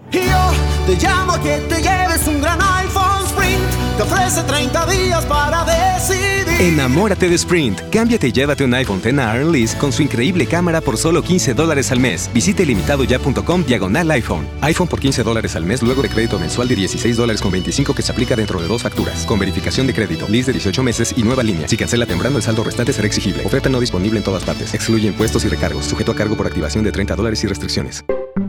Yo te llamo a que te lleves un gran iPhone Sprint. Te ofrece 30 días para decidir. Enamórate de Sprint. Cámbiate y llévate un iPhone XR Lease con su increíble cámara por solo $15 al mes. Visite limitado.com/iPhone. iPhone por $15 al mes luego de crédito mensual de $16.25 que se aplica dentro de 2 facturas. Con verificación de crédito, lease de 18 meses y nueva línea. Si cancela temprano, el saldo restante será exigible. Oferta no disponible en todas partes. Excluye impuestos y recargos. Sujeto a cargo por activación de $30 y restricciones.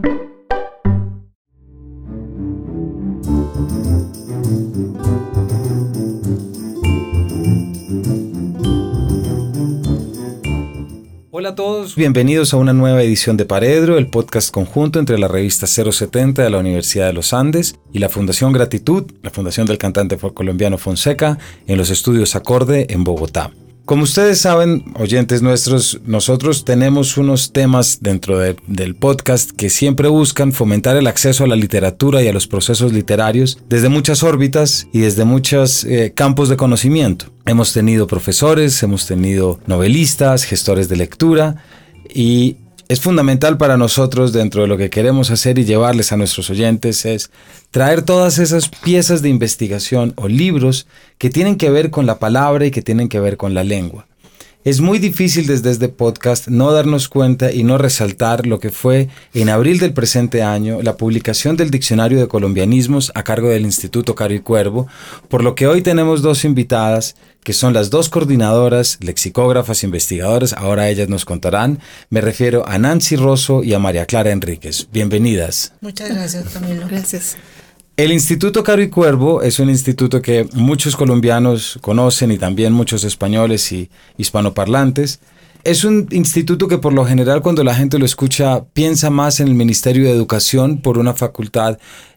Hola a todos, bienvenidos a una nueva edición de Paredro, el podcast conjunto entre la revista 070 de la Universidad de los Andes y la Fundación Gratitud, la fundación del cantante colombiano Fonseca, en los estudios Acorde en Bogotá. Como ustedes saben, oyentes nuestros, nosotros tenemos unos temas dentro del podcast que siempre buscan fomentar el acceso a la literatura y a los procesos literarios desde muchas órbitas y desde muchos campos de conocimiento. Hemos tenido profesores, hemos tenido novelistas, gestores de lectura, y es fundamental para nosotros, dentro de lo que queremos hacer y llevarles a nuestros oyentes, es traer todas esas piezas de investigación o libros que tienen que ver con la palabra y que tienen que ver con la lengua. Es muy difícil desde este podcast no darnos cuenta y no resaltar lo que fue en abril del presente año la publicación del Diccionario de Colombianismos a cargo del Instituto Caro y Cuervo, por lo que hoy tenemos dos invitadas que son las dos coordinadoras, lexicógrafas, investigadoras. Ahora ellas nos contarán. Me refiero a Nancy Rosso y a María Clara Enríquez. Bienvenidas. Muchas gracias, Camilo. Gracias. El Instituto Caro y Cuervo es un instituto que muchos colombianos conocen y también muchos españoles y hispanoparlantes. Es un instituto que por lo general cuando la gente lo escucha piensa más en el Ministerio de Educación por una facultad,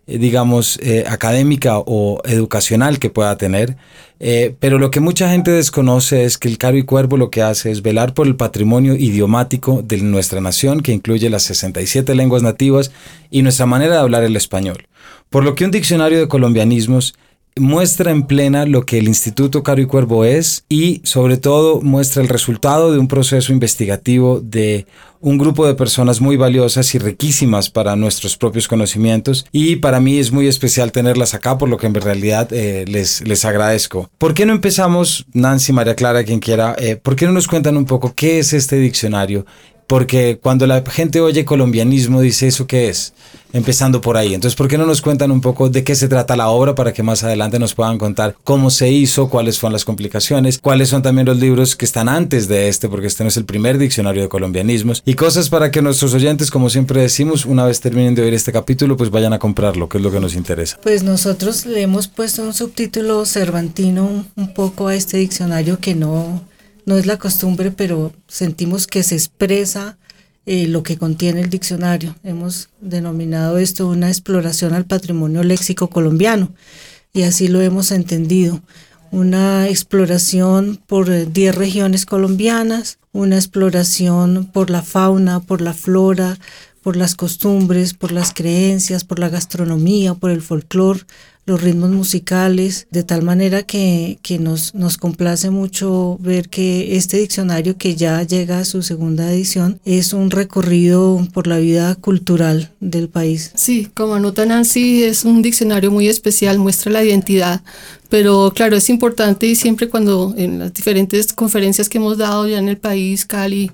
académica o educacional que pueda tener. Pero lo que mucha gente desconoce es que el Caro y Cuervo lo que hace es velar por el patrimonio idiomático de nuestra nación, que incluye las 67 lenguas nativas y nuestra manera de hablar el español. Por lo que un diccionario de colombianismos muestra en plena lo que el Instituto Caro y Cuervo es, y sobre todo muestra el resultado de un proceso investigativo de un grupo de personas muy valiosas y riquísimas para nuestros propios conocimientos, y para mí es muy especial tenerlas acá, por lo que en realidad les agradezco. ¿Por qué no empezamos, Nancy, María Clara, quien quiera, por qué no nos cuentan un poco qué es este diccionario? Porque cuando la gente oye colombianismo dice, ¿eso qué es? Empezando por ahí. Entonces, ¿por qué no nos cuentan un poco de qué se trata la obra para que más adelante nos puedan contar cómo se hizo, cuáles fueron las complicaciones, cuáles son también los libros que están antes de este, porque este no es el primer diccionario de colombianismos, y cosas para que nuestros oyentes, como siempre decimos, una vez terminen de oír este capítulo, pues vayan a comprarlo, que es lo que nos interesa? Pues nosotros le hemos puesto un subtítulo cervantino un poco a este diccionario que no es la costumbre, pero sentimos que se expresa lo que contiene el diccionario. Hemos denominado esto una exploración al patrimonio léxico colombiano, y así lo hemos entendido. Una exploración por 10 regiones colombianas, una exploración por la fauna, por la flora, por las costumbres, por las creencias, por la gastronomía, por el folclore, los ritmos musicales, de tal manera que nos complace mucho ver que este diccionario, que ya llega a su segunda edición, es un recorrido por la vida cultural del país. Sí, como anota Nancy, es un diccionario muy especial, muestra la identidad, pero claro, es importante, y siempre cuando en las diferentes conferencias que hemos dado ya en el país, Cali,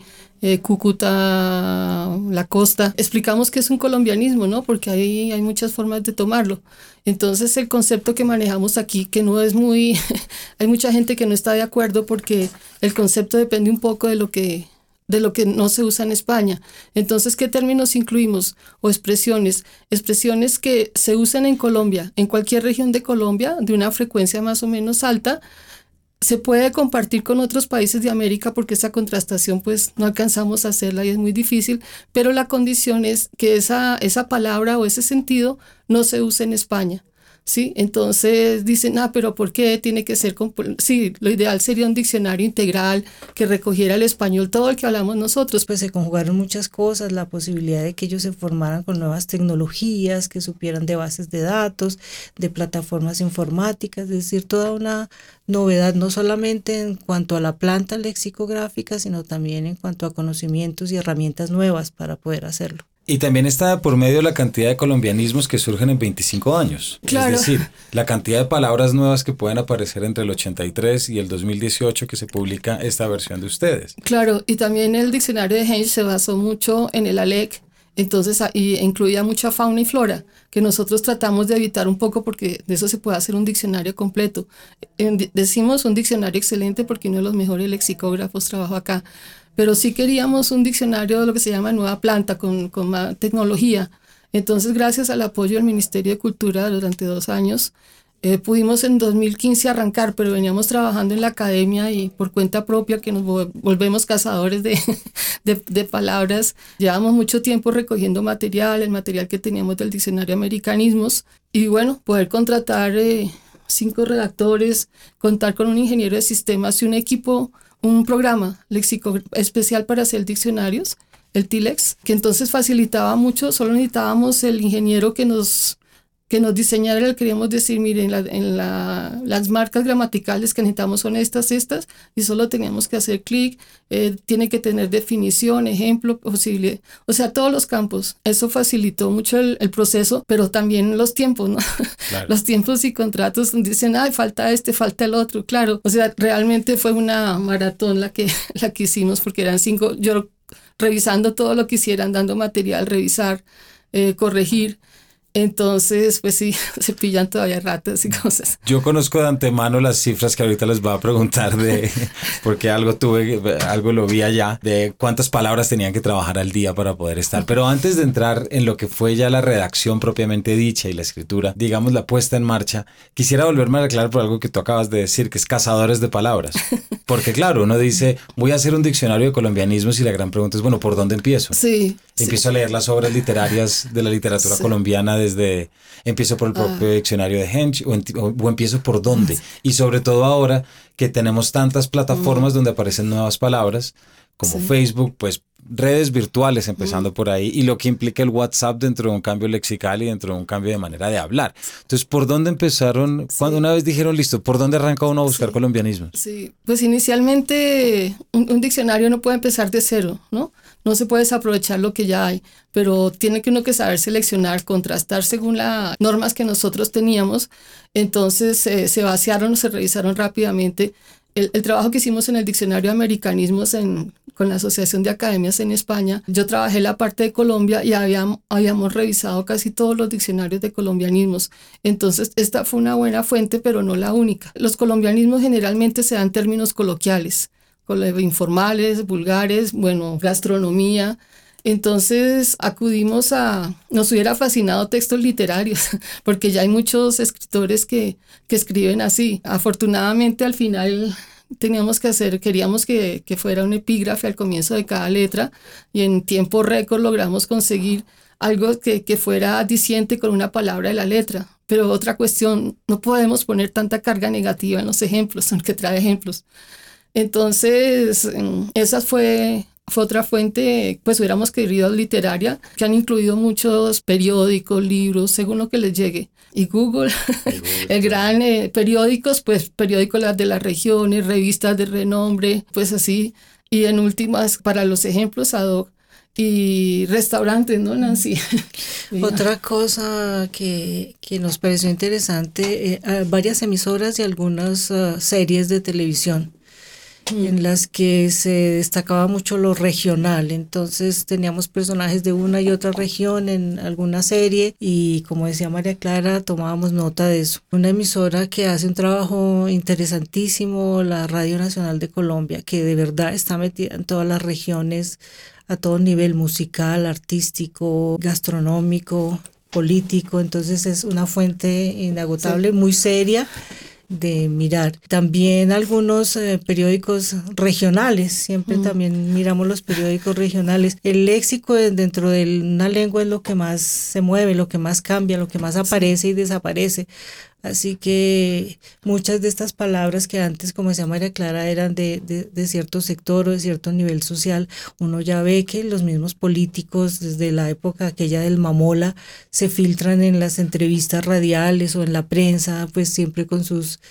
Cúcuta, la costa, explicamos que es un colombianismo, ¿no? Porque ahí hay muchas formas de tomarlo. Entonces el concepto que manejamos aquí, que no es muy, hay mucha gente que no está de acuerdo porque el concepto depende un poco de lo que no se usa en España. Entonces, ¿qué términos incluimos? O expresiones que se usan en Colombia, en cualquier región de Colombia, de una frecuencia más o menos alta. Se puede compartir con otros países de América porque esa contrastación pues no alcanzamos a hacerla y es muy difícil, pero la condición es que esa palabra o ese sentido no se use en España. ¿Sí? Entonces dicen, pero ¿por qué tiene que ser? Sí, lo ideal sería un diccionario integral que recogiera el español, todo el que hablamos nosotros. Pues se conjugaron muchas cosas, la posibilidad de que ellos se formaran con nuevas tecnologías, que supieran de bases de datos, de plataformas informáticas, es decir, toda una novedad, no solamente en cuanto a la planta lexicográfica, sino también en cuanto a conocimientos y herramientas nuevas para poder hacerlo. Y también está por medio la cantidad de colombianismos que surgen en 25 años. Claro. Es decir, la cantidad de palabras nuevas que pueden aparecer entre el 83 y el 2018 que se publica esta versión de ustedes. Claro, y también el diccionario de Henge se basó mucho en el ALEC, entonces ahí incluía mucha fauna y flora, que nosotros tratamos de evitar un poco porque de eso se puede hacer un diccionario completo. Decimos un diccionario excelente porque uno de los mejores lexicógrafos trabaja acá, pero sí queríamos un diccionario de lo que se llama nueva planta, con más tecnología. Entonces, gracias al apoyo del Ministerio de Cultura durante 2 años, pudimos en 2015 arrancar, pero veníamos trabajando en la academia y por cuenta propia que nos volvemos cazadores de palabras. Llevamos mucho tiempo recogiendo material, el material que teníamos del diccionario Americanismos, y bueno, poder contratar 5 redactores, contar con un ingeniero de sistemas y un equipo, un programa léxico especial para hacer diccionarios, el TILEX, que entonces facilitaba mucho. Solo necesitábamos el ingeniero que nos diseñara. Le queríamos decir, miren, las marcas gramaticales que necesitamos son estas, y solo teníamos que hacer clic. Tiene que tener definición, ejemplo, posible, o sea, todos los campos. Eso facilitó mucho el proceso, pero también los tiempos, ¿no? Claro. Los tiempos y contratos dicen, ay, falta falta el otro, claro. O sea, realmente fue una maratón la que hicimos, porque eran 5, yo revisando todo lo que hicieran, dando material, revisar, corregir. Entonces, pues sí, se pillan todavía ratas y cosas. Yo conozco de antemano las cifras que ahorita les voy a preguntar porque algo lo vi allá, de cuántas palabras tenían que trabajar al día para poder estar. Pero antes de entrar en lo que fue ya la redacción propiamente dicha y la escritura, digamos la puesta en marcha, quisiera volverme a aclarar por algo que tú acabas de decir, que es cazadores de palabras. Porque claro, uno dice, voy a hacer un diccionario de colombianismos y la gran pregunta es, bueno, ¿por dónde empiezo? Sí. Empiezo a leer las obras literarias de la literatura colombiana empiezo por el propio diccionario de Henge o empiezo por dónde. Y sobre todo ahora que tenemos tantas plataformas donde aparecen nuevas palabras como Facebook, pues redes virtuales empezando por ahí, y lo que implica el WhatsApp dentro de un cambio lexical y dentro de un cambio de manera de hablar. Entonces, ¿por dónde empezaron? Cuando una vez dijeron, listo, ¿por dónde arranca uno a buscar colombianismos? Sí, pues inicialmente un diccionario no puede empezar de cero, ¿no? No se puede desaprovechar lo que ya hay, pero tiene que uno que saber seleccionar, contrastar según las normas que nosotros teníamos. Entonces se vaciaron, se revisaron rápidamente. El trabajo que hicimos en el diccionario Americanismos con la Asociación de Academias en España, yo trabajé la parte de Colombia y habíamos revisado casi todos los diccionarios de colombianismos. Entonces esta fue una buena fuente, pero no la única. Los colombianismos generalmente se dan términos coloquiales, informales, vulgares, bueno, gastronomía. Entonces nos hubiera fascinado textos literarios, porque ya hay muchos escritores que escriben así. Afortunadamente al final queríamos que fuera un epígrafe al comienzo de cada letra, y en tiempo récord logramos conseguir algo que fuera diciente con una palabra de la letra. Pero otra cuestión, no podemos poner tanta carga negativa en los ejemplos, aunque trae ejemplos. Entonces, esa fue otra fuente, pues hubiéramos querido literaria, que han incluido muchos periódicos, libros, según lo que les llegue. Y Google, el gran periódicos de las regiones, revistas de renombre, pues así. Y en últimas, para los ejemplos ad hoc, y restaurantes, ¿no, Nancy? Otra cosa que nos pareció interesante, varias emisoras y algunas series de televisión en las que se destacaba mucho lo regional. Entonces teníamos personajes de una y otra región en alguna serie, y como decía María Clara, tomábamos nota de eso. Una emisora que hace un trabajo interesantísimo, la Radio Nacional de Colombia, que de verdad está metida en todas las regiones a todo nivel, musical, artístico, gastronómico, político. Entonces es una fuente inagotable, muy seria de mirar. También algunos periódicos regionales, siempre también miramos los periódicos regionales. El léxico dentro de una lengua es lo que más se mueve, lo que más cambia, lo que más aparece y desaparece. Así que muchas de estas palabras que antes, como decía María Clara, eran de cierto sector o de cierto nivel social, uno ya ve que los mismos políticos desde la época aquella del mamola se filtran en las entrevistas radiales o en la prensa, pues siempre con sus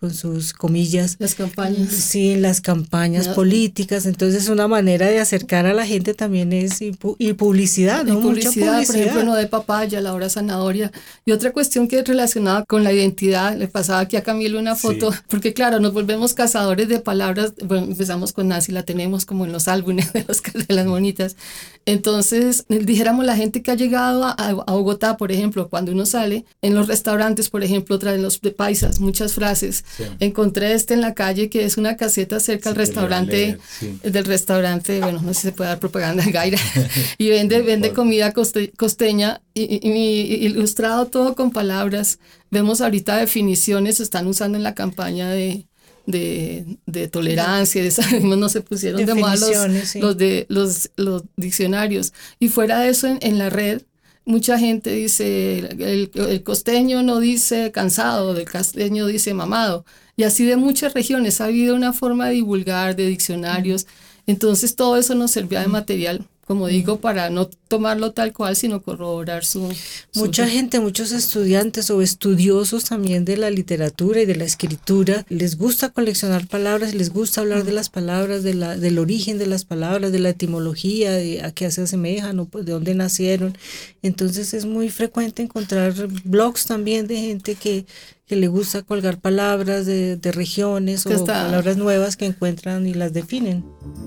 con sus comillas. Las campañas. Sí, en las campañas políticas. Entonces una manera de acercar a la gente también es y publicidad, ¿no? Mucha publicidad, por ejemplo, no de papaya, la hora zanahoria. Y otra cuestión que es relacionada con la identidad, le pasaba aquí a Camilo una foto, porque claro, nos volvemos cazadores de palabras. Bueno, empezamos con Nancy, la tenemos como en los álbumes de las monitas. Entonces, dijéramos la gente que ha llegado a Bogotá, por ejemplo, cuando uno sale, en los restaurantes, por ejemplo, traen los de paisas, muchas frases. Encontré en la calle, que es una caseta cerca al restaurante, del restaurante, bueno, no sé si se puede dar propaganda en Gaira, y vende comida costeña, y ilustrado todo con palabras. Vemos ahorita definiciones, se están usando en la campaña de tolerancia, no se pusieron de moda los diccionarios. Y fuera de eso, en la red, mucha gente dice, el costeño no dice cansado, el costeño dice mamado. Y así de muchas regiones ha habido una forma de divulgar, de diccionarios. Entonces todo eso nos servía de material, como digo, para no tomarlo tal cual, sino corroborar Mucha gente, muchos estudiantes o estudiosos también de la literatura y de la escritura, les gusta coleccionar palabras, les gusta hablar de las palabras, del origen de las palabras, de la etimología, de a qué se asemejan o pues de dónde nacieron. Entonces es muy frecuente encontrar blogs también de gente que le gusta colgar palabras de regiones o palabras nuevas que encuentran y las definen.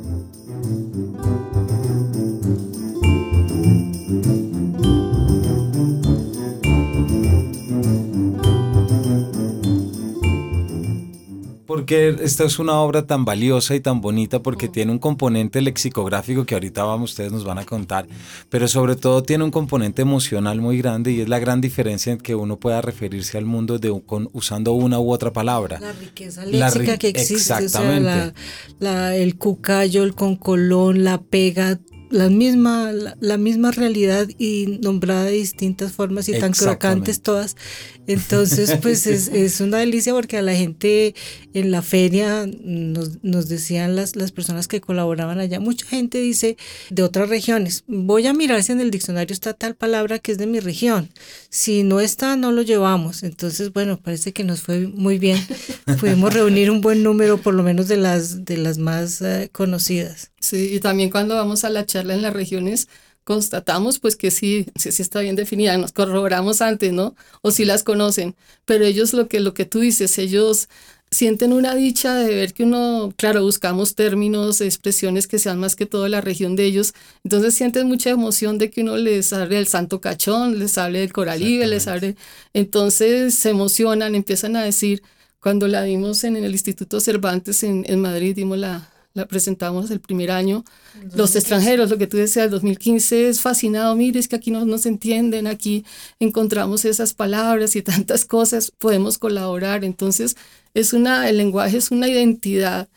Porque esta es una obra tan valiosa y tan bonita porque tiene un componente lexicográfico que ahorita ustedes nos van a contar, pero sobre todo tiene un componente emocional muy grande y es la gran diferencia en que uno pueda referirse al mundo usando una u otra palabra. La riqueza léxica que existe, exactamente. O sea, el cucayo, el concolón, la pega, la misma realidad y nombrada de distintas formas y tan crocantes todas. Entonces pues es una delicia porque a la gente en la feria nos decían las personas que colaboraban allá, mucha gente dice de otras regiones, voy a mirar si en el diccionario está tal palabra que es de mi región, si no está no lo llevamos. Entonces bueno, parece que nos fue muy bien, pudimos reunir un buen número por lo menos de las más conocidas. Sí, y también cuando vamos a la charla en las regiones constatamos pues que sí está bien definida, nos corroboramos antes, ¿no? O sí las conocen, pero ellos lo que tú dices, ellos sienten una dicha de ver que uno, claro, buscamos términos, expresiones que sean más que todo de la región de ellos, entonces sienten mucha emoción de que uno les hable del Santo Cachón, les hable del Coralibe, les hable, entonces se emocionan, empiezan a decir, cuando la vimos en el Instituto Cervantes en Madrid, dimos la presentamos el primer año, los extranjeros, lo que tú decías, el 2015 es fascinado, mire, es que aquí no se entienden, aquí encontramos esas palabras y tantas cosas, podemos colaborar, entonces el lenguaje es una identidad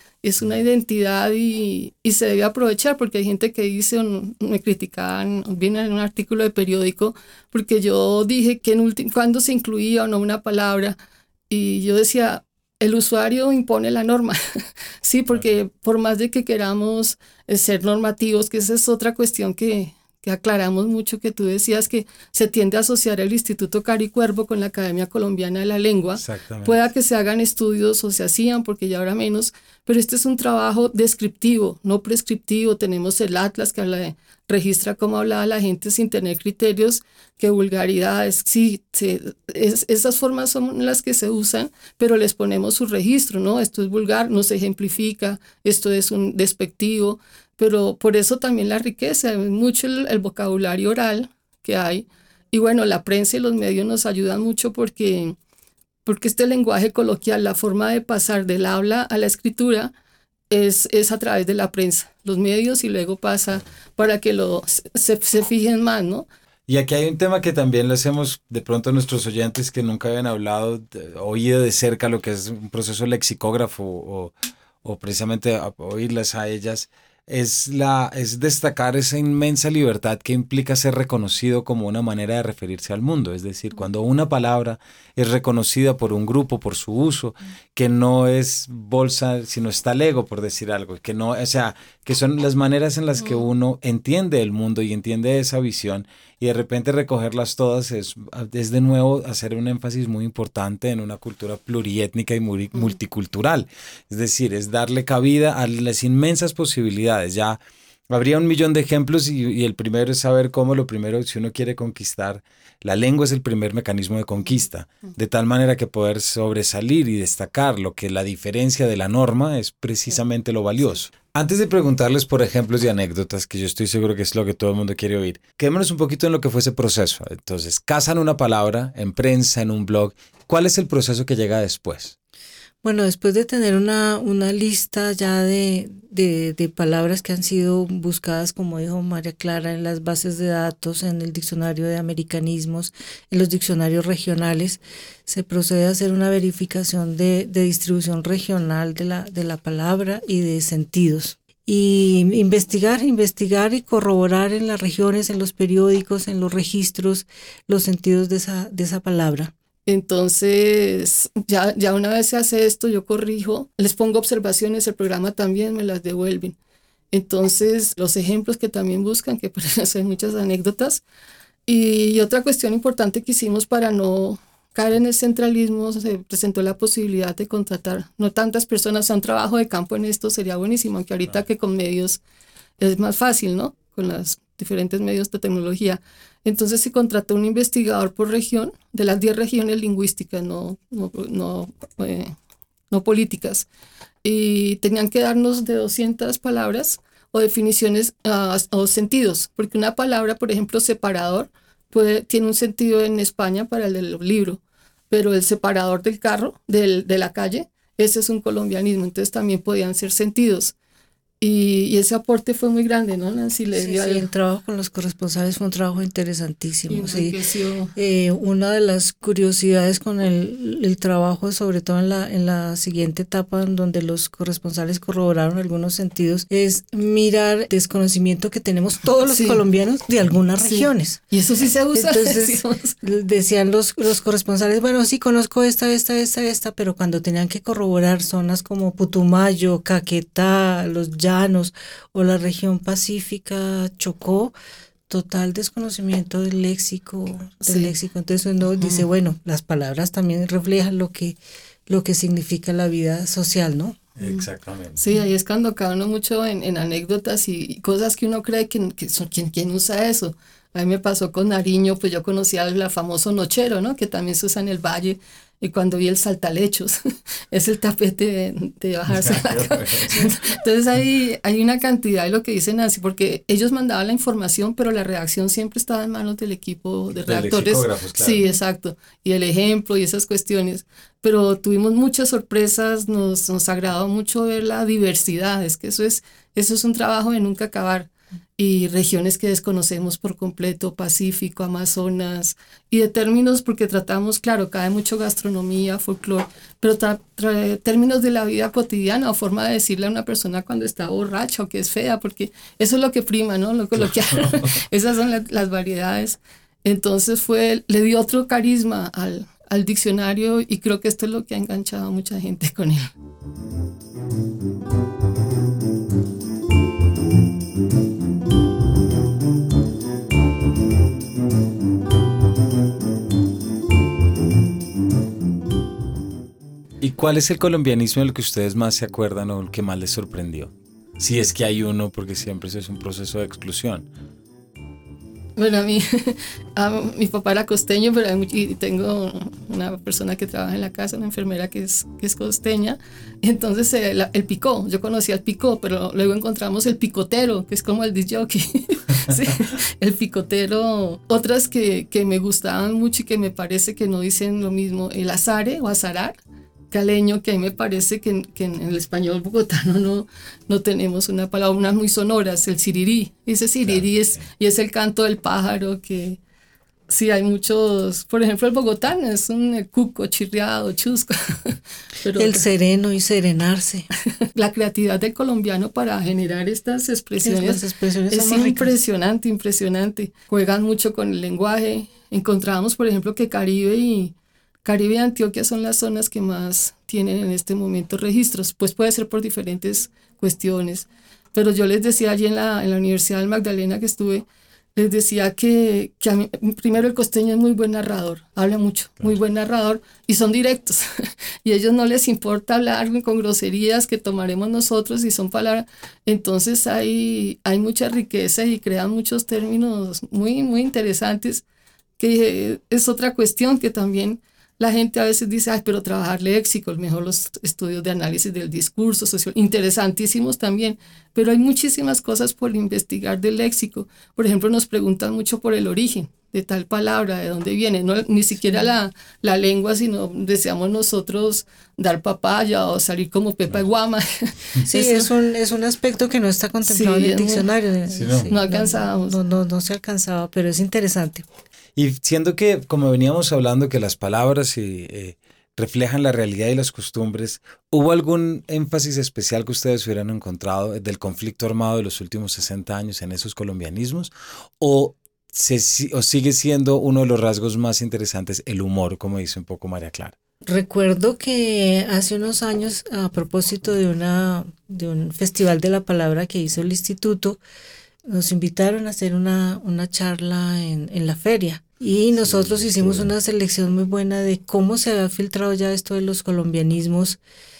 y se debe aprovechar porque hay gente que dice, me criticaban, viene en un artículo de periódico, porque yo dije que cuando se incluía o no una palabra, y yo decía, el usuario impone la norma, sí, porque por más de que queramos ser normativos, que esa es otra cuestión que aclaramos mucho, que tú decías que se tiende a asociar el Instituto Caro y Cuervo con la Academia Colombiana de la Lengua. Pueda que se hagan estudios o se hacían, porque ya ahora menos, pero este es un trabajo descriptivo, no prescriptivo. Tenemos el Atlas que registra cómo hablaba la gente sin tener criterios, que vulgaridades, sí, esas formas son las que se usan, pero les ponemos su registro, ¿no? Esto es vulgar, no se ejemplifica, esto es un despectivo, pero por eso también la riqueza, mucho el vocabulario oral que hay, y bueno, la prensa y los medios nos ayudan mucho porque este lenguaje coloquial, la forma de pasar del habla a la escritura, es a través de la prensa, los medios, y luego pasa para que se fijen más, ¿no? Y aquí hay un tema que también le hacemos de pronto a nuestros oyentes que nunca habían oído de cerca lo que es un proceso lexicógrafo o precisamente oírlas a ellas, es destacar esa inmensa libertad que implica ser reconocido como una manera de referirse al mundo. Es decir, cuando una palabra es reconocida por un grupo, por su uso, que no es bolsa, sino está Lego, por decir algo, que son las maneras en las que uno entiende el mundo y entiende esa visión, y de repente recogerlas todas es de nuevo hacer un énfasis muy importante en una cultura pluriétnica y multicultural. Es decir, es darle cabida a las inmensas posibilidades. Ya habría 1.000.000 de ejemplos y el primero es saber cómo lo primero, si uno quiere conquistar, la lengua es el primer mecanismo de conquista, de tal manera que poder sobresalir y destacar lo que la diferencia de la norma es precisamente lo valioso. Antes de preguntarles por ejemplos y anécdotas, que yo estoy seguro que es lo que todo el mundo quiere oír, quedémonos un poquito en lo que fue ese proceso. Entonces, cazan una palabra en prensa, en un blog. ¿Cuál es el proceso que llega después? Bueno, después de tener una lista ya de palabras que han sido buscadas, como dijo María Clara, en las bases de datos, en el diccionario de americanismos, en los diccionarios regionales, se procede a hacer una verificación de distribución regional de la palabra y de sentidos. Y investigar y corroborar en las regiones, en los periódicos, en los registros, los sentidos de esa palabra. Entonces, ya una vez se hace esto, yo corrijo, les pongo observaciones, el programa también me las devuelven. Entonces, los ejemplos que también buscan, que pueden ser muchas anécdotas. Y otra cuestión importante que hicimos para no caer en el centralismo, se presentó la posibilidad de contratar no tantas personas, o sea, un trabajo de campo en esto sería buenísimo, aunque ahorita que con medios es más fácil, ¿no? Con los diferentes medios de tecnología. Entonces se contrató un investigador por región, de las 10 regiones lingüísticas, no políticas, y tenían que darnos de 200 palabras o definiciones o sentidos, porque una palabra, por ejemplo, separador, tiene un sentido en España para el del libro, pero el separador del carro, de la calle, ese es un colombianismo, entonces también podían ser sentidos. Y ese aporte fue muy grande, ¿no, Nancy? Sí, el trabajo con los corresponsales fue un trabajo interesantísimo. Sí. Una de las curiosidades con el trabajo, sobre todo en la siguiente etapa, en donde los corresponsales corroboraron algunos sentidos, es mirar el desconocimiento que tenemos todos los colombianos de algunas regiones. Y eso sí se usa. Entonces, decían los corresponsales, bueno, sí conozco esta, pero cuando tenían que corroborar zonas como Putumayo, Caquetá, los Llanos o la región pacífica, Chocó, total desconocimiento del léxico. Entonces uno dice, bueno, las palabras también reflejan lo que significa la vida social, ¿no? Exactamente. Sí, ahí es cuando cae uno mucho en anécdotas y cosas que uno cree que son ¿quién usa eso? A mí me pasó con Nariño, pues yo conocía el famoso nochero, ¿no? Que también se usa en el valle. Y cuando vi el saltalechos, es el tapete de bajarse la cabeza. Entonces hay una cantidad de lo que dicen así, porque ellos mandaban la información, pero la redacción siempre estaba en manos del equipo de redactores. Claro. Sí, exacto. Y el ejemplo y esas cuestiones. Pero tuvimos muchas sorpresas, nos agradó mucho ver la diversidad. Es que eso es un trabajo de nunca acabar. Y regiones que desconocemos por completo, Pacífico, Amazonas, y de términos, porque tratamos, claro, cae mucho gastronomía, folclore, pero términos de la vida cotidiana o forma de decirle a una persona cuando está borracha o que es fea, porque eso es lo que prima, ¿no? Lo coloquial. Esas son las variedades. Entonces le dio otro carisma al diccionario y creo que esto es lo que ha enganchado a mucha gente con él. ¿Y cuál es el colombianismo del que ustedes más se acuerdan o el que más les sorprendió? Si es que hay uno, porque siempre eso es un proceso de exclusión. Bueno, mi papá era costeño, pero y tengo una persona que trabaja en la casa, una enfermera que es costeña. Entonces el picó, yo conocía el picó, pero luego encontramos el picotero, que es como el disc jockey. Sí, el picotero. Otras que me gustaban mucho y que me parece que no dicen lo mismo, el azare o azarar caleño, que a mí me parece que en el español bogotano no tenemos una palabra, unas muy sonoras, el sirirí. Ese sirirí es el canto del pájaro, que sí hay muchos, por ejemplo el bogotano es un cuco, chirriado, chusco. Pero el sereno y serenarse. La creatividad del colombiano para generar estas expresiones es impresionante. Juegan mucho con el lenguaje. Encontramos, por ejemplo, que Caribe y Antioquia son las zonas que más tienen en este momento registros, pues puede ser por diferentes cuestiones, pero yo les decía allí en la Universidad del Magdalena que estuve, les decía que a mí, primero el costeño es muy buen narrador, habla mucho, muy buen narrador, y son directos, y a ellos no les importa hablar con groserías que tomaremos nosotros y son palabras, entonces hay mucha riqueza y crean muchos términos muy, muy interesantes, que es otra cuestión que también la gente a veces dice, ay, pero trabajar léxico, mejor los estudios de análisis del discurso social, interesantísimos también, pero hay muchísimas cosas por investigar del léxico. Por ejemplo, nos preguntan mucho por el origen de tal palabra, de dónde viene, no, ni siquiera la lengua, sino deseamos nosotros dar papaya o salir como Pepa y Guama. Sí, es un aspecto que no está contemplado en el diccionario. Sí, no alcanzábamos. No se alcanzaba, pero es interesante. Y siendo que, como veníamos hablando, que las palabras reflejan la realidad y las costumbres, ¿hubo algún énfasis especial que ustedes hubieran encontrado del conflicto armado de los últimos 60 años en esos colombianismos? ¿O sigue siendo uno de los rasgos más interesantes el humor, como dice un poco María Clara? Recuerdo que hace unos años, a propósito de un festival de la palabra que hizo el instituto, nos invitaron a hacer una charla en la feria y nosotros hicimos una selección muy buena de cómo se había filtrado ya esto de los colombianismos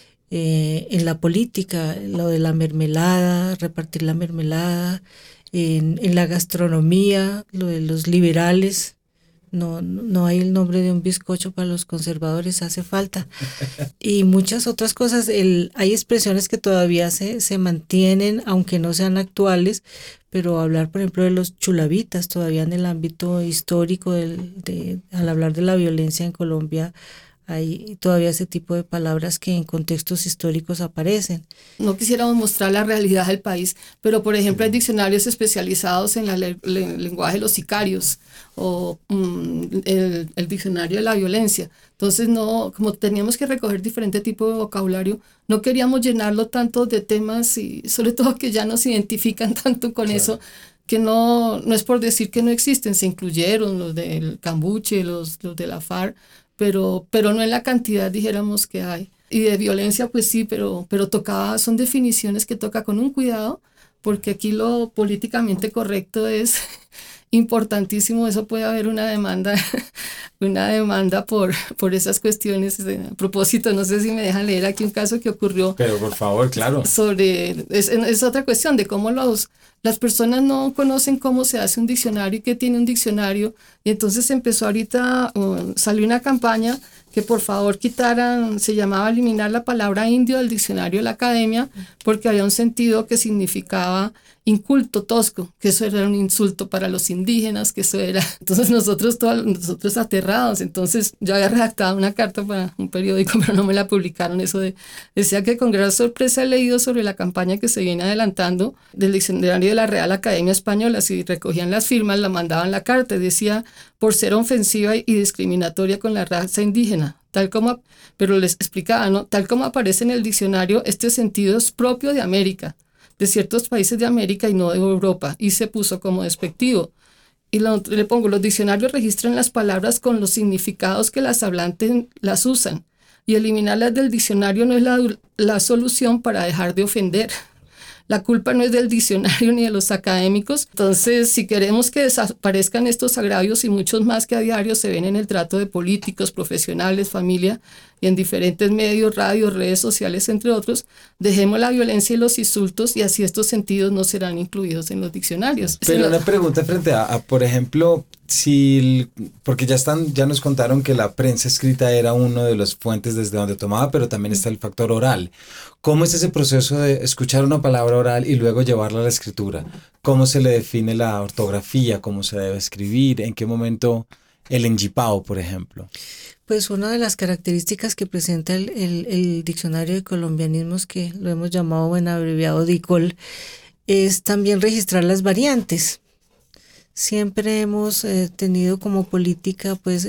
en la política, lo de la mermelada, repartir la mermelada, en la gastronomía, lo de los liberales. No hay el nombre de un bizcocho para los conservadores, hace falta. Y muchas otras cosas. Hay expresiones que todavía se mantienen, aunque no sean actuales, pero hablar, por ejemplo, de los chulavitas, todavía en el ámbito histórico, al hablar de la violencia en Colombia, hay todavía ese tipo de palabras que en contextos históricos aparecen. No quisiéramos mostrar la realidad del país, pero por ejemplo hay diccionarios especializados en el lenguaje de los sicarios o el diccionario de la violencia. Entonces como teníamos que recoger diferente tipo de vocabulario, no queríamos llenarlo tanto de temas y sobre todo que ya nos identifican tanto con eso, que no es por decir que no existen, se incluyeron los del Cambuche, los de la FARC, pero no en la cantidad dijéramos que hay. Y de violencia pues sí, pero son definiciones que toca con un cuidado, porque aquí lo políticamente correcto es importantísimo, eso puede haber una demanda por esas cuestiones. A propósito, no sé si me dejan leer aquí un caso que ocurrió. Pero por favor, claro. Es otra cuestión de cómo las personas no conocen cómo se hace un diccionario y qué tiene un diccionario, y entonces empezó ahorita, salió una campaña que por favor se llamaba eliminar la palabra indio del diccionario de la academia, porque había un sentido que significaba inculto, tosco, que eso era un insulto para los indígenas, que eso era, entonces nosotros aterrados. Entonces yo había redactado una carta para un periódico, pero no me la publicaron. Decía que con gran sorpresa he leído sobre la campaña que se viene adelantando del diccionario de la Real Academia Española. Si recogían las firmas, la mandaban la carta, decía por ser ofensiva y discriminatoria con la raza indígena, pero les explicaba, ¿no? Tal como aparece en el diccionario, este sentido es propio de América, de ciertos países de América y no de Europa, y se puso como despectivo. Y le pongo, los diccionarios registran las palabras con los significados que las hablantes las usan, y eliminarlas del diccionario no es la solución para dejar de ofender. La culpa no es del diccionario ni de los académicos. Entonces, si queremos que desaparezcan estos agravios y muchos más que a diario se ven en el trato de políticos, profesionales, familia y en diferentes medios, radios, redes sociales, entre otros, dejemos la violencia y los insultos, y así estos sentidos no serán incluidos en los diccionarios. Pero una pregunta frente a por ejemplo, porque ya nos contaron que la prensa escrita era una de las fuentes desde donde tomaba, pero también está el factor oral. ¿Cómo es ese proceso de escuchar una palabra oral y luego llevarla a la escritura? ¿Cómo se le define la ortografía? ¿Cómo se debe escribir? ¿En qué momento el enjipao, por ejemplo? Pues una de las características que presenta el diccionario de colombianismos, que lo hemos llamado en abreviado DICOL, es también registrar las variantes. Siempre hemos tenido como política pues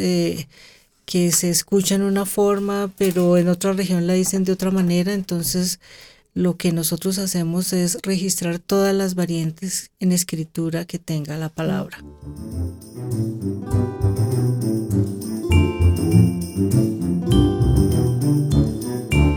que se escucha en una forma, pero en otra región la dicen de otra manera. Entonces lo que nosotros hacemos es registrar todas las variantes en escritura que tenga la palabra.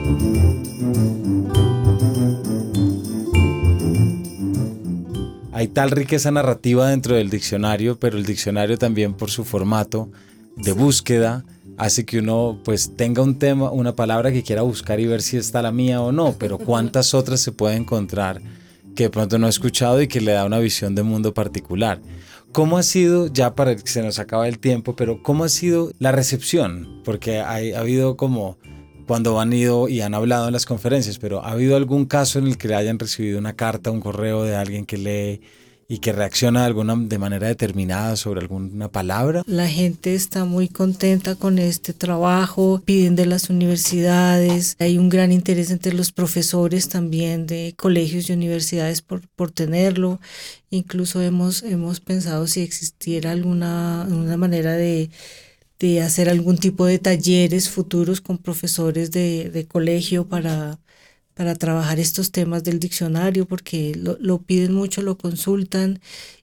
Hay tal riqueza narrativa dentro del diccionario, pero el diccionario también por su formato de búsqueda hace que uno pues tenga un tema, una palabra que quiera buscar y ver si está la mía o no, pero cuántas otras se puede encontrar que de pronto no he escuchado y que le da una visión de mundo particular. ¿Cómo ha sido, ya para que se nos acabe el tiempo, pero cómo ha sido la recepción? Porque ha habido como, cuando han ido y han hablado en las conferencias, pero ¿ha habido algún caso en el que le hayan recibido una carta, un correo de alguien que lee y que reacciona de manera determinada sobre alguna palabra? La gente está muy contenta con este trabajo, piden de las universidades, hay un gran interés entre los profesores también de colegios y universidades por tenerlo. Incluso hemos pensado si existiera alguna manera de hacer algún tipo de talleres futuros con profesores de colegio para trabajar estos temas del diccionario, porque lo piden mucho, lo consultan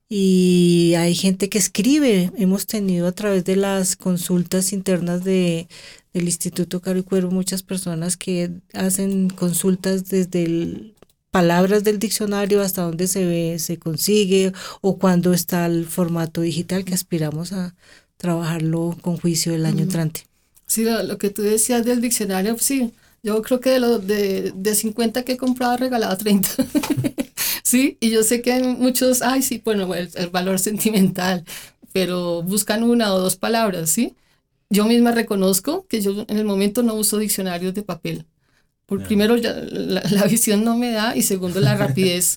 y hay gente que escribe. Hemos tenido a través de las consultas internas del Instituto Caro y Cuervo muchas personas que hacen consultas desde palabras del diccionario hasta dónde se consigue o cuándo está el formato digital, que aspiramos a trabajarlo con juicio el año entrante. Sí, lo que tú decías del diccionario, sí. Yo creo que de 50 que he comprado, he regalado 30. Sí, y yo sé que hay muchos, sí, bueno, el valor sentimental, pero buscan una o dos palabras, ¿sí? Yo misma reconozco que yo en el momento no uso diccionarios de papel. Primero, la visión no me da, y segundo, la rapidez,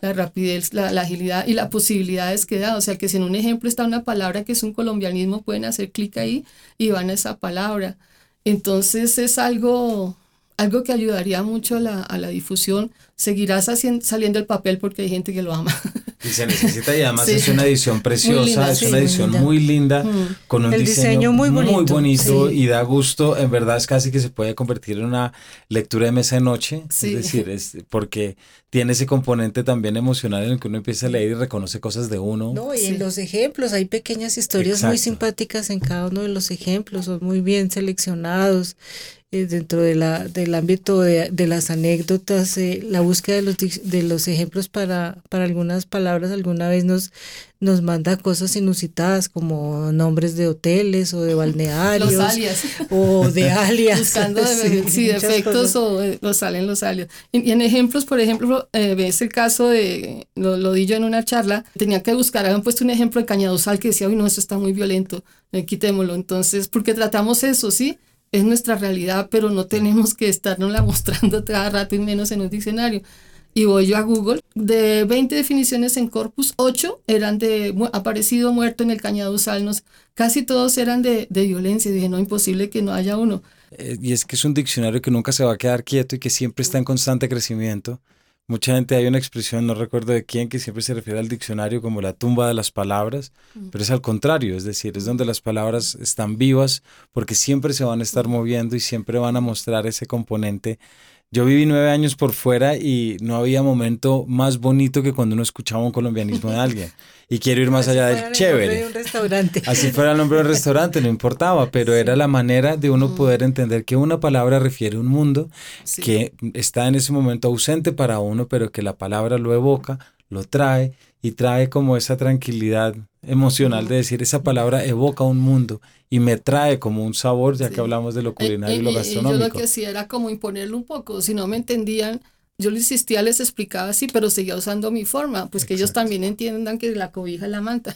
la agilidad y las posibilidades que da. O sea, que si en un ejemplo está una palabra que es un colombianismo, pueden hacer clic ahí y van a esa palabra. Entonces es algo que ayudaría mucho a la difusión. Seguirá saliendo el papel porque hay gente que lo ama. Y se necesita, y además sí, es una edición preciosa, linda, es una edición muy linda, con un diseño muy bonito sí. Y da gusto. En verdad es casi que se puede convertir en una lectura de mesa de noche, sí. Es decir, porque tiene ese componente también emocional en el que uno empieza a leer y reconoce cosas de uno. No, y en los ejemplos hay pequeñas historias muy simpáticas en cada uno de los ejemplos, son muy bien seleccionados. Dentro del ámbito de las anécdotas, la búsqueda de los ejemplos para algunas palabras alguna vez nos manda cosas inusitadas como nombres de hoteles o de balnearios. Los alias. O de alias. Buscando defectos o los alias. Y en ejemplos, por ejemplo, ves el caso de, lo di yo en una charla, tenía que buscar, habían puesto un ejemplo de Cañaduzal que decía, uy, no, eso está muy violento, quitémoslo. Entonces, porque tratamos eso, ¿sí? Es nuestra realidad, pero no tenemos que estarnosla mostrando cada rato y menos en un diccionario. Y voy yo a Google, de 20 definiciones en corpus, 8 eran de aparecido muerto en el Cañaduzal, casi todos eran de violencia. Y dije, no, imposible que no haya uno. Y es que es un diccionario que nunca se va a quedar quieto y que siempre está en constante crecimiento. Mucha gente, hay una expresión, no recuerdo de quién, que siempre se refiere al diccionario como la tumba de las palabras, pero es al contrario, es decir, es donde las palabras están vivas porque siempre se van a estar moviendo y siempre van a mostrar ese componente. Yo viví 9 años por fuera y no había momento más bonito que cuando uno escuchaba un colombianismo de alguien. Y quiero ir más allá del chévere. Así fuera el nombre de un restaurante, no importaba, pero era la manera de uno poder entender que una palabra refiere a un mundo que está en ese momento ausente para uno, pero que la palabra lo evoca, lo trae y trae como esa tranquilidad emocional de decir, esa palabra evoca un mundo y me trae como un sabor, ya que hablamos de lo culinario y lo gastronómico. Yo lo que hacía era como imponerlo un poco, si no me entendían, yo les insistía, les explicaba así, pero seguía usando mi forma, pues que ellos también entiendan que la cobija es la manta.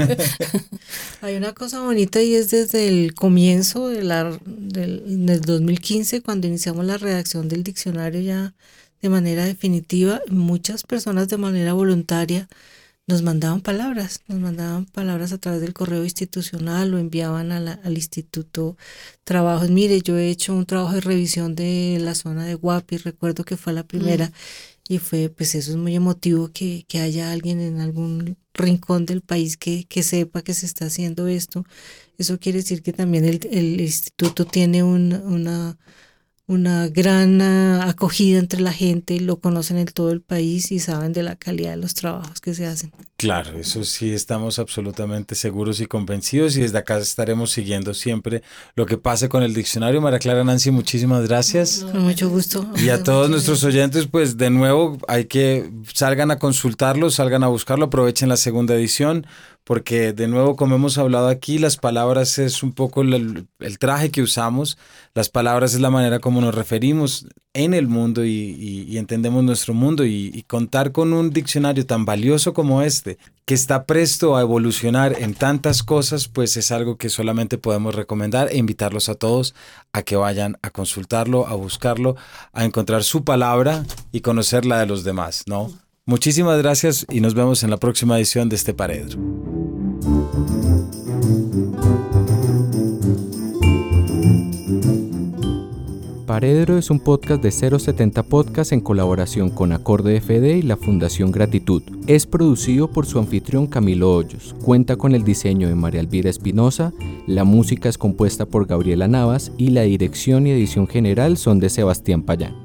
Hay una cosa bonita y es desde el comienzo del 2015, cuando iniciamos la redacción del diccionario ya de manera definitiva, muchas personas de manera voluntaria nos mandaban palabras a través del correo institucional o enviaban al instituto trabajos. Mire, yo he hecho un trabajo de revisión de la zona de Guapi, recuerdo que fue la primera, y fue, pues eso es muy emotivo que haya alguien en algún rincón del país que sepa que se está haciendo esto. Eso quiere decir que también el instituto tiene una una gran acogida entre la gente, lo conocen en todo el país y saben de la calidad de los trabajos que se hacen. Claro, eso sí estamos absolutamente seguros y convencidos, y desde acá estaremos siguiendo siempre lo que pase con el diccionario. María Clara, Nancy, muchísimas gracias. Con mucho gusto. Y a todos nuestros oyentes, pues de nuevo hay que salgan a consultarlo, salgan a buscarlo, aprovechen la segunda edición, porque de nuevo, como hemos hablado aquí, las palabras es un poco el traje que usamos, las palabras es la manera como nos referimos en el mundo y entendemos nuestro mundo, y contar con un diccionario tan valioso como este, que está presto a evolucionar en tantas cosas, pues es algo que solamente podemos recomendar e invitarlos a todos a que vayan a consultarlo, a buscarlo, a encontrar su palabra y conocer la de los demás, ¿no? Muchísimas gracias y nos vemos en la próxima edición de este Paredro. Paredro es un podcast de 070 Podcast en colaboración con Acorde FD y la Fundación Gratitud. Es producido por su anfitrión Camilo Hoyos. Cuenta con el diseño de María Elvira Espinosa, la música es compuesta por Gabriela Navas y la dirección y edición general son de Sebastián Payán.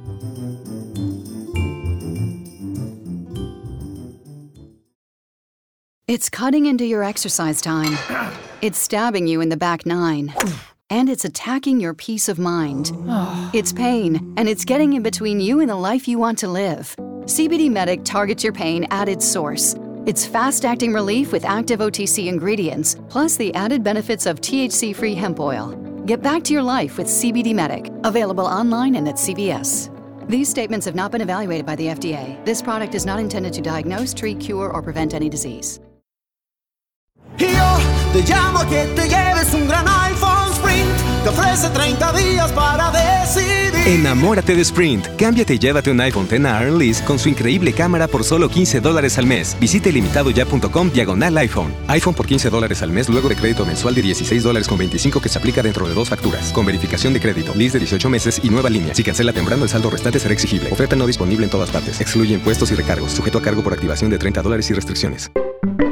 It's cutting into your exercise time. It's stabbing you in the back nine. And it's attacking your peace of mind. It's pain, and it's getting in between you and the life you want to live. CBD Medic targets your pain at its source. It's fast-acting relief with active OTC ingredients, plus the added benefits of THC-free hemp oil. Get back to your life with CBD Medic, available online and at CVS. These statements have not been evaluated by the FDA. This product is not intended to diagnose, treat, cure, or prevent any disease. Y yo te llamo a que te lleves un gran iPhone Sprint. Te ofrece 30 días para decidir. Enamórate de Sprint. Cámbiate y llévate un iPhone XR Lease con su increíble cámara por solo $15 al mes. Visite limitado.com/iPhone. iPhone por $15 al mes luego de crédito mensual de $16.25 que se aplica dentro de 2 facturas. Con verificación de crédito, lease de 18 meses y nueva línea. Si cancela temprano, el saldo restante será exigible. Oferta no disponible en todas partes. Excluye impuestos y recargos. Sujeto a cargo por activación de $30 y restricciones.